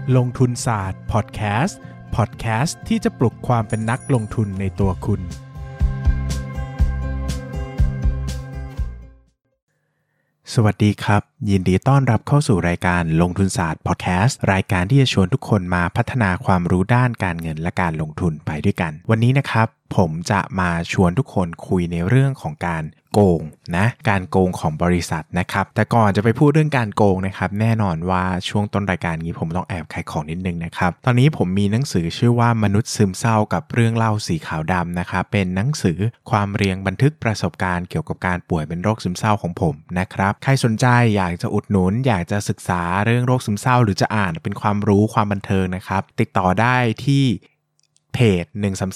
ลงทุนศาสตร์พอดแคสต์ที่จะปลุกความเป็นนักลงทุนในตัวคุณสวัสดีครับยินดีต้อนรับเข้าสู่รายการลงทุนศาสตร์พอดแคสต์รายการที่จะชวนทุกคนมาพัฒนาความรู้ด้านการเงินและการลงทุนไปด้วยกันวันนี้นะครับผมจะมาชวนทุกคนคุยในเรื่องของการโกงนะการโกงของบริษัทนะครับแต่ก่อนจะไปพูดเรื่องการโกงนะครับแน่นอนว่าช่วงต้นรายการนี้ผมต้องแอบขายของนิดนึงนะครับตอนนี้ผมมีหนังสือชื่อว่ามนุษย์ซึมเศร้ากับเรื่องเล่าสีขาวดำนะครับเป็นหนังสือความเรียงบันทึกประสบการณ์เกี่ยวกับการป่วยเป็นโรคซึมเศร้าของผมนะครับใครสนใจอยากจะอุดหนุนอยากจะศึกษาเรื่องโรคซึมเศร้าหรือจะอ่านเป็นความรู้ความบันเทิงนะครับติดต่อได้ที่เพจ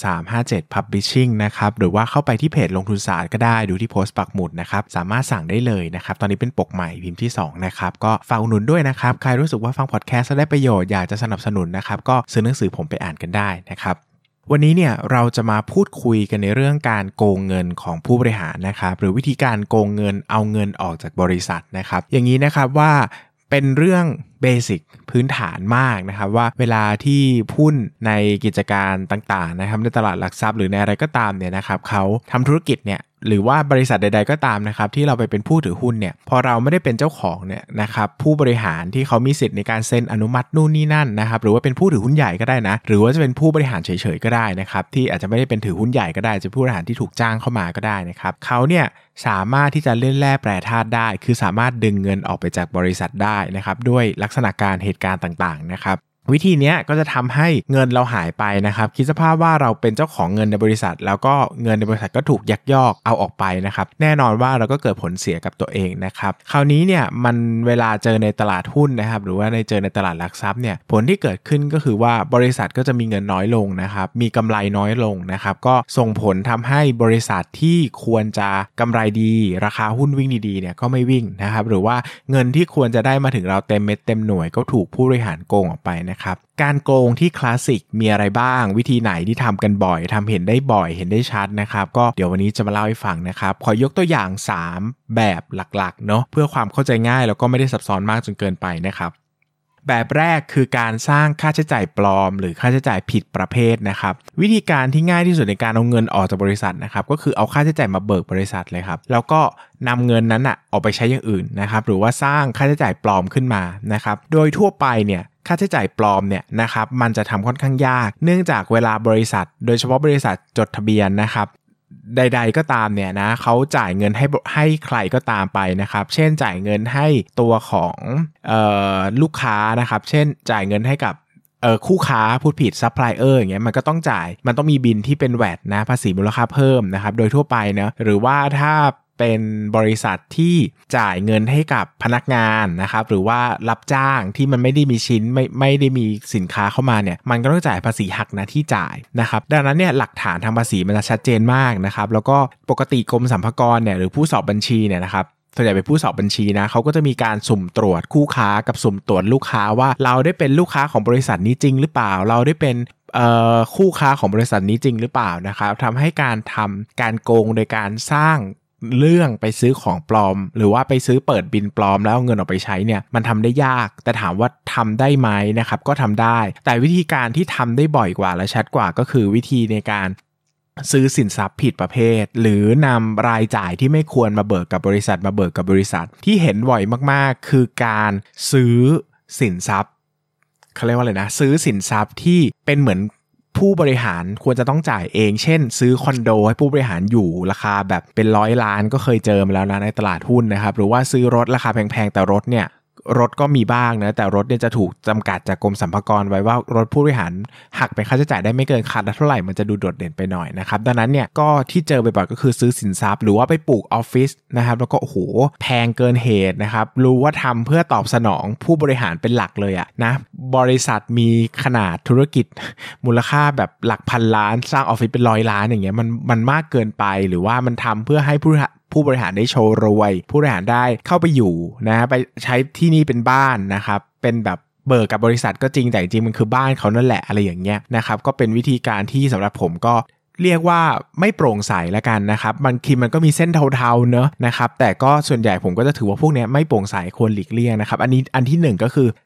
13357 Publishing นะครับหรือว่าเข้าไปที่เพจลงทุนศาสตร์ก็ได้ดูที่โพสต์ปักหมุดนะครับสามารถสั่งได้เลยนะครับตอนนี้เป็นปกใหม่พิมพ์ที่2นะครับก็ฝากอุดหนุนด้วยนะครับใครรู้สึกว่าฟังพอดแคสต์ได้ประโยชน์อยากจะสนับสนุนนะครับก็ซื้อหนังสือผมไปอ่านกันได้นะครับวันนี้เนี่ยเราจะมาพูดคุยกันในเรื่องการโกงเงินของผู้บริหารนะครับหรือวิธีการโกงเงินเอาเงินออกจากบริษัทนะครับอย่างนี้นะครับว่าเป็นเรื่องเบสิกพื้นฐานมากนะครับว่าเวลาที่หุ้นในกิจการต่างๆนะครับในตลาดหลักทรัพย์หรือในอะไรก็ตามเนี่ยนะครับเขาทำธุรกิจเนี่ยหรือว่าบริษัทใดๆก็ตามนะครับที่เราไปเป็นผู้ถือหุ้นเนี่ยพอเราไม่ได้เป็นเจ้าของเนี่ยนะครับผู้บริหารที่เขามีสิทธิ์ในการเซ็นอนุมัตินู่นนี่นั่นนะครับหรือว่าเป็นผู้ถือหุ้นใหญ่ก็ได้นะหรือว่าจะเป็นผู้บริหารเฉยๆก็ได้นะครับที่อาจจะไม่ได้เป็นถือหุ้นใหญ่ก็ได้จะผู้บริหารที่ถูกจ้างเข้ามาก็ได้นะครับเขาเนี่ยสามารถที่จะเล่นแร่แปรธาตุได้คือสามารถดึงเงินออกไปจากบริษัทได้นะครับด้วยลักษณะการเหตุการณ์ต่างๆนะครับวิธีนี้ก็จะทำให้เงินเราหายไปนะครับคิดสภาพว่าเราเป็นเจ้าของเงินในบริษัทแล้วก็เงินในบริษัทก็ถูกยักยอกเอาออกไปนะครับแน่นอนว่าเราก็เกิดผลเสียกับตัวเองนะครับคราวนี้เนี่ยมันเวลาเจอในตลาดหุ้นนะครับหรือว่าเจอในตลาดหลักทรัพย์เนี่ยผลที่เกิดขึ้นก็คือว่าบริษัทก็จะมีเงินน้อยลงนะครับมีกำไรน้อยลงนะครับก็ส่งผลทำให้บริษัทที่ควรจะกำไรดีราคาหุ้นวิ่งดีๆเนี่ยก็ไม่วิ่งนะครับหรือว่าเงินที่ควรจะได้มาถึงเราเต็มเม็ดเต็มหน่วยก็ถูกผู้บริหารโกงออกไปนะครับการโกงที่คลาสสิกมีอะไรบ้างวิธีไหนที่ทำกันบ่อยทำเห็นได้บ่อยเห็นได้ชัดนะครับก็เดี๋ยววันนี้จะมาเล่าให้ฟังนะครับขอยกตัวอย่าง3แบบหลักๆเนาะเพื่อความเข้าใจง่ายแล้วก็ไม่ได้ซับซ้อนมากจนเกินไปนะครับแบบแรกคือการสร้างค่าใช้จ่ายปลอมหรือค่าใช้จ่ายผิดประเภทนะครับวิธีการที่ง่ายที่สุดในการเอาเงินออกจากบริษัทนะครับก็คือเอาค่าใช้จ่ายมาเบิกบริษัทเลยครับแล้วก็นำเงินนั้นออกไปใช้อย่างอื่นนะครับหรือว่าสร้างค่าใช้จ่ายปลอมขึ้นมานะครับโดยทั่วไปเนี่ยค่าใช้จ่ายปลอมเนี่ยนะครับมันจะทำค่อนข้างยากเนื่องจากเวลาบริษัทโดยเฉพาะบริษัทจดทะเบียนนะครับใดๆก็ตามเนี่ยนะเขาจ่ายเงินให้ใครก็ตามไปนะครับเช่นจ่ายเงินให้ตัวของลูกค้านะครับเช่นจ่ายเงินให้กับคู่ค้าพูดผิดซัพพลายเออร์อย่างเงี้ยมันก็ต้องจ่ายมันต้องมีบินที่เป็นแวตนะภาษีมูลค่าเพิ่มนะครับโดยทั่วไปเนะหรือว่าถ้าเป็นบริษัทที่จ่ายเงินให้กับพนักงานนะครับหรือว่ารับจ้างที่มันไม่ได้มีชิ้นไม่ได้มีสินค้าเข้ามาเนี่ยมันก็ต้องจ่ายภาษีหักหน้าที่จ่ายนะครับดังนั้นเนี่ยหลักฐานทางภาษีมันจะชัดเจนมากนะครับแล้วก็ปกติกรมสรรพากรเนี่ยหรือผู้สอบบัญชีเนี่ยนะครับส่วนใหญ่เป็นผู้สอบบัญชีนะเขาก็จะมีการสุ่มตรวจคู่ค้ากับสุ่มตรวจลูกค้าว่าเราได้เป็นลูกค้าของบริษัทนี้จริงหรือเปล่าเราได้เป็นคู่ค้าของบริษัทนี้จริงหรือเปล่านะครับทำให้การโกงโดยการสร้างเรื่องไปซื้อของปลอมหรือว่าไปซื้อเปิดบินปลอมแล้วเอาเงินออกไปใช้เนี่ยมันทำได้ยากแต่ถามว่าทำได้ไหมนะครับก็ทำได้แต่วิธีการที่ทำได้บ่อยกว่าและชัดกว่าก็คือวิธีในการซื้อสินทรัพย์ผิดประเภทหรือนำรายจ่ายที่ไม่ควรมาเบิกกับบริษัทที่เห็นบ่อยมากๆคือการซื้อสินทรัพย์เขาเรียกว่าอะไรนะซื้อสินทรัพย์ที่เป็นเหมือนผู้บริหารควรจะต้องจ่ายเองเช่นซื้อคอนโดให้ผู้บริหารอยู่ราคาแบบเป็น100 ล้านก็เคยเจอมาแล้วนะในตลาดหุ้นนะครับหรือว่าซื้อรถราคาแพงๆแต่รถเนี่ยรถก็มีบ้างนะแต่รถเนี่ยจะถูกจำกัดจากกรมสรรพากรไว้ว่ารถผู้บริหารหักเป็นค่าใช้จ่ายได้ไม่เกินคันละเท่าไหร่มันจะดูโดดเด่นไปหน่อยนะครับดังนั้นเนี่ยก็ที่เจอบ่อยๆก็คือซื้อสินทรัพย์หรือว่าไปปลูกออฟฟิศนะครับแล้วก็โอ้โหแพงเกินเหตุนะครับรู้ว่าทำเพื่อตอบสนองผู้บริหารเป็นหลักเลยนะบริษัทมีขนาดธุรกิจมูลค่าแบบหลักพันล้านสร้างออฟฟิศเป็น100 ล้านอย่างเงี้ยมันมากเกินไปหรือว่ามันทำเพื่อให้ผู้บริหารได้โชว์รวยผู้บริหารได้เข้าไปอยู่นะไปใช้ที่นี่เป็นบ้านนะครับเป็นแบบเบิกกับบริษัทก็จริงแต่จริงมันคือบ้านเขานั่นแหละอะไรอย่างเงี้ยนะครับก็เป็นวิธีการที่สำหรับผมก็เรียกว่าไม่โปร่งใสแล้วกันนะครับบางทีมันก็มีเส้นเทาๆเนอะนะครับแต่ก็ส่วนใหญ่ผมก็จะถือว่าพวกนี้ไม่โปร่งใสควรหลีกเลี่ยงนะครับอันที่1ก็คือ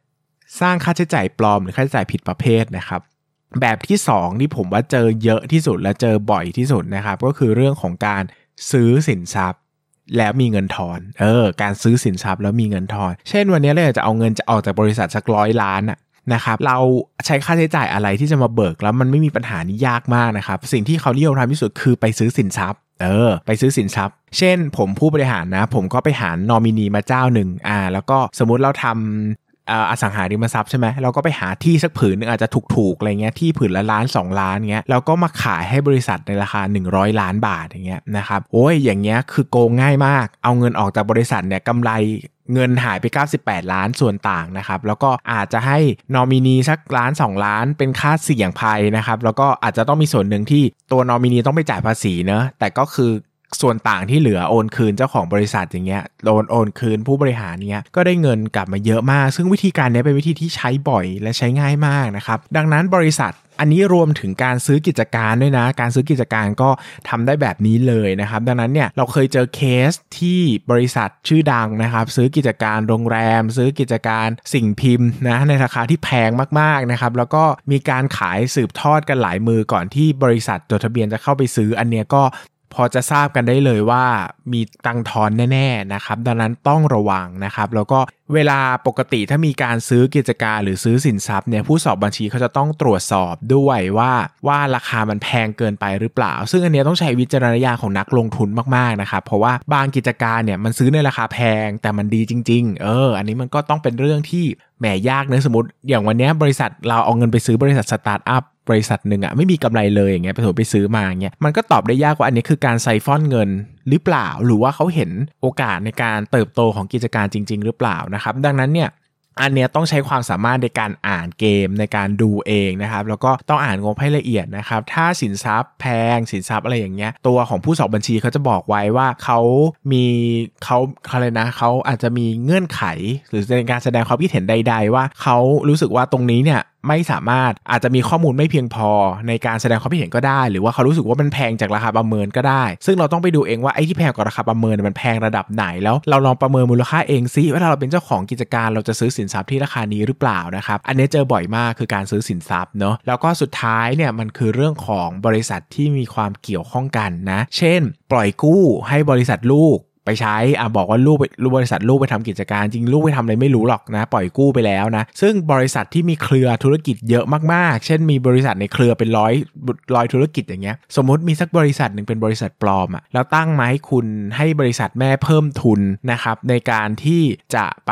สร้างค่าใช้จ่ายปลอมหรือค่าใช้จ่ายผิดประเภทนะครับแบบที่2ที่ผมว่าเจอเยอะที่สุดและเจอบ่อยที่สุดนะครับก็คือเรื่องของการซื้อสินทรัพย์แล้วมีเงินทอนการซื้อสินทรัพย์แล้วมีเงินทอนเช่นวันนี้เราจะเอาเงินจะออกจากบริษัทสัก100 ล้านนะครับเราใช้ค่าใช้จ่ายอะไรที่จะมาเบิกแล้วมันไม่มีปัญหานี่ยากมากนะครับสิ่งที่เขานิยมทำที่สุดคือไปซื้อสินทรัพย์ไปซื้อสินทรัพย์เช่นผมผู้บริหารนะผมก็ไปหานอมินีมาเจ้าหนึ่งแล้วก็สมมุติเราทำอสังหาริมทรัพย์ใช่ไหมเราก็ไปหาที่สักผืนนึงอาจจะถูกๆอะไรเงี้ยที่ผืนละล้าน2 ล้านเงี้ยแล้วก็มาขายให้บริษัทในราคา100 ล้านบาทอย่างเงี้ยนะครับโอ้ยอย่างเงี้ยคือโกงง่ายมากเอาเงินออกจากบริษัทเนี่ยกำไรเงินหายไป98 ล้านส่วนต่างนะครับแล้วก็อาจจะให้นอมินีสักล้าน2 ล้านเป็นค่าเสี่ยงภัยนะครับแล้วก็อาจจะต้องมีส่วนหนึ่งที่ตัวนอมินีต้องไปจ่ายภาษีเนอะแต่ก็คือส่วนต่างที่เหลือโอนคืนเจ้าของบริษัทอย่างเงี้ยโอนคืนผู้บริหารเงี้ยก็ได้เงินกลับมาเยอะมากซึ่งวิธีการนี้เป็นวิธีที่ใช้บ่อยและใช้ง่ายมากนะครับดังนั้นบริษัทอันนี้รวมถึงการซื้อกิจการด้วยนะการซื้อกิจการก็ทำได้แบบนี้เลยนะครับดังนั้นเนี่ยเราเคยเจอเคสที่บริษัทชื่อดังนะครับซื้อกิจการโรงแรมซื้อกิจการสิ่งพิมพ์นะในราคาที่แพงมากๆนะครับแล้วก็มีการขายสืบทอดกันหลายมือก่อนที่บริษัทจดทะเบียนจะเข้าไปซื้ออันเนี้ยก็พอจะทราบกันได้เลยว่ามีตังค์ทอนแน่ๆนะครับดังนั้นต้องระวังนะครับแล้วก็เวลาปกติถ้ามีการซื้อกิจการหรือซื้อสินทรัพย์เนี่ยผู้สอบบัญชีเขาจะต้องตรวจสอบด้วยว่าราคามันแพงเกินไปหรือเปล่าซึ่งอันนี้ต้องใช้วิจารณญาณของนักลงทุนมากๆนะครับเพราะว่าบางกิจการเนี่ยมันซื้อในราคาแพงแต่มันดีจริงๆอันนี้มันก็ต้องเป็นเรื่องที่แหมยากนะสมมติอย่างวันนี้บริษัทเราเอาเงินไปซื้อบริษัทสตาร์ทอัพบริษัทหนึ่งไม่มีกำไรเลยอย่างเงี้ยไปซื้อมาอย่างเงี้ยมันก็ตอบได้ยากว่าอันนี้คือการไซฟอนเงินหรือเปล่าหรือว่าเขาเห็นโอกาสในการเติบโตของกิจการจริงๆหรือเปล่านะครับดังนั้นเนี่ยอันเนี้ยต้องใช้ความสามารถในการอ่านเกมในการดูเองนะครับแล้วก็ต้องอ่านงบให้ละเอียดนะครับถ้าสินทรัพย์แพงสินทรัพย์อะไรอย่างเงี้ยตัวของผู้สอบบัญชีเขาจะบอกไว้ว่าเขาเลยนะเขาอาจจะมีเงื่อนไขหรือในการแสดงความคิดเห็นใดๆว่าเขารู้สึกว่าตรงนี้เนี่ยไม่สามารถอาจจะมีข้อมูลไม่เพียงพอในการแสดงความคิดเห็นก็ได้หรือว่าเขารู้สึกว่ามันแพงจากราคาประเมินก็ได้ซึ่งเราต้องไปดูเองว่าไอ้ที่แพงกว่าราคาประเมินมันแพงระดับไหนแล้วเราลองประเมินมูลค่าเองซิว่าถ้าเราเป็นเจ้าของกิจการเราจะซื้อสินทรัพย์ที่ราคานี้หรือเปล่านะครับอันนี้เจอบ่อยมากคือการซื้อสินทรัพย์เนาะแล้วก็สุดท้ายเนี่ยมันคือเรื่องของบริษัทที่มีความเกี่ยวข้องกันนะเช่นปล่อยกู้ให้บริษัทลูกไปใช้บอกว่าลูกบริษัทลูกไปทำกิจการจริงลูกไปทำอะไรไม่รู้หรอกนะปล่อยกู้ไปแล้วนะซึ่งบริษัทที่มีเครือธุรกิจเยอะมากๆเช่นมีบริษัทในเครือเป็นร้อยธุรกิจอย่างเงี้ยสมมติมีสักบริษัทหนึ่งเป็นบริษัทปลอมแล้วตั้งมาให้คุณให้บริษัทแม่เพิ่มทุนนะครับในการที่จะไป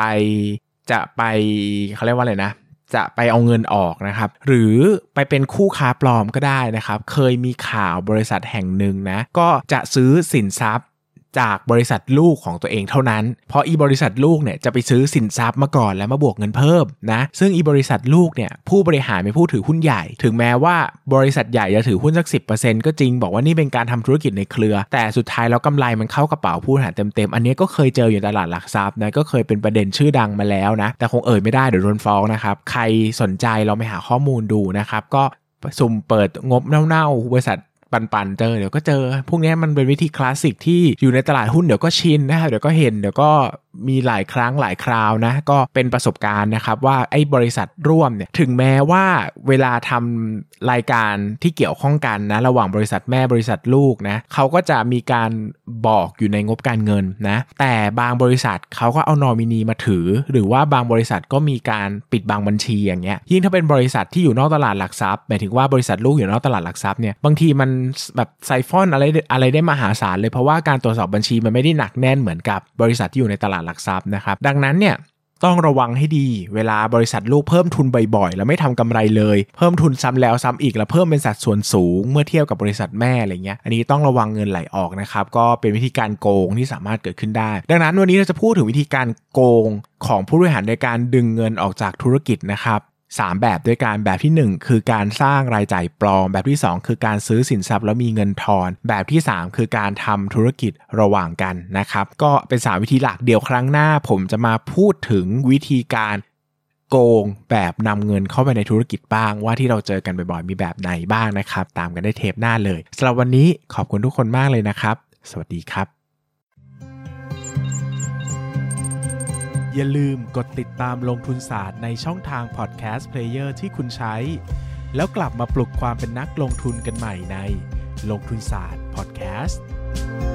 เขาเรียกว่าอะไรนะจะไปเอาเงินออกนะครับหรือไปเป็นคู่ค้าปลอมก็ได้นะครับเคยมีข่าวบริษัทแห่งหนึ่งนะก็จะซื้อสินทรัพย์จากบริษัทลูกของตัวเองเท่านั้นเพราะบริษัทลูกเนี่ยจะไปซื้อสินทรัพย์มาก่อนแล้วมาบวกเงินเพิ่มนะซึ่งบริษัทลูกเนี่ยผู้บริหารเป็นผู้ถือหุ้นใหญ่ถึงแม้ว่าบริษัทใหญ่จะถือหุ้นสัก 10% ก็จริงบอกว่านี่เป็นการทำธุรกิจในเครือแต่สุดท้ายแล้วกำไรมันเข้ากระเป๋าผู้บริหารเต็มๆอันนี้ก็เคยเจออยู่ตลาดหลักทรัพย์นะก็เคยเป็นประเด็นชื่อดังมาแล้วนะแต่คงไม่ได้เดี๋ยวโดนฟ้องนะครับใครสนใจเราไปหาข้อมูลดูนะครับก็สุ่มเปิดงบเน่าๆบริษัทปันเจอเดี๋ยวก็เจอพวกนี้มันเป็นวิธีคลาสสิกที่อยู่ในตลาดหุ้นเดี๋ยวก็ชินนะครับเดี๋ยวก็เห็นเดี๋ยวก็มีหลายครั้งหลายคราวนะก็เป็นประสบการณ์นะครับว่าไอ้บริษัทร่วมเนี่ยถึงแม้ว่าเวลาทำรายการที่เกี่ยวข้องกันนะระหว่างบริษัทแม่บริษัทลูกนะเขาก็จะมีการบอกอยู่ในงบการเงินนะแต่บางบริษัทเขาก็เอานอมินีมาถือหรือว่าบางบริษัทก็มีการปิดบังบัญชีอย่างเงี้ยยิ่งถ้าเป็นบริษัทที่อยู่นอกตลาดหลักทรัพย์หมายถึงว่าบริษัทลูกอยู่นอกตลาดหลักทรัพย์เนี่ยบางทีมันแบบไซฟอนอะไรได้มหาศาลเลยเพราะว่าการตรวจสอบบัญชีมันไม่ได้หนักแน่นเหมือนกับบริษัทที่อยู่ในตลาดหลักทรัพย์นะครับดังนั้นเนี่ยต้องระวังให้ดีเวลาบริษัทลูกเพิ่มทุนบ่อยๆแล้วไม่ทำกำไรเลยเพิ่มทุนซ้ำแล้วซ้ำอีกแล้วเพิ่มเป็นสัดส่วนสูงเมื่อเทียบกับบริษัทแม่อะไรเงี้ยอันนี้ต้องระวังเงินไหลออกนะครับก็เป็นวิธีการโกงที่สามารถเกิดขึ้นได้ดังนั้นวันนี้เราจะพูดถึงวิธีการโกงของผู้บริหารในการดึงเงินออกจากธุรกิจนะครับ3แบบด้วยกันแบบที่1คือการสร้างรายจ่ายปลอมแบบที่2คือการซื้อสินทรัพย์แล้วมีเงินทอนแบบที่3คือการทำธุรกิจระหว่างกันนะครับก็เป็น3วิธีหลักเดี๋ยวครั้งหน้าผมจะมาพูดถึงวิธีการโกงแบบนำเงินเข้าไปในธุรกิจบ้างว่าที่เราเจอกันบ่อยๆมีแบบไหนบ้างนะครับตามกันได้เทปหน้าเลยสำหรับวันนี้ขอบคุณทุกคนมากเลยนะครับสวัสดีครับอย่าลืมกดติดตามลงทุนศาสตร์ในช่องทางพอดแคสต์เพลเยอร์ที่คุณใช้แล้วกลับมาปลุกความเป็นนักลงทุนกันใหม่ในลงทุนศาสตร์พอดแคสต์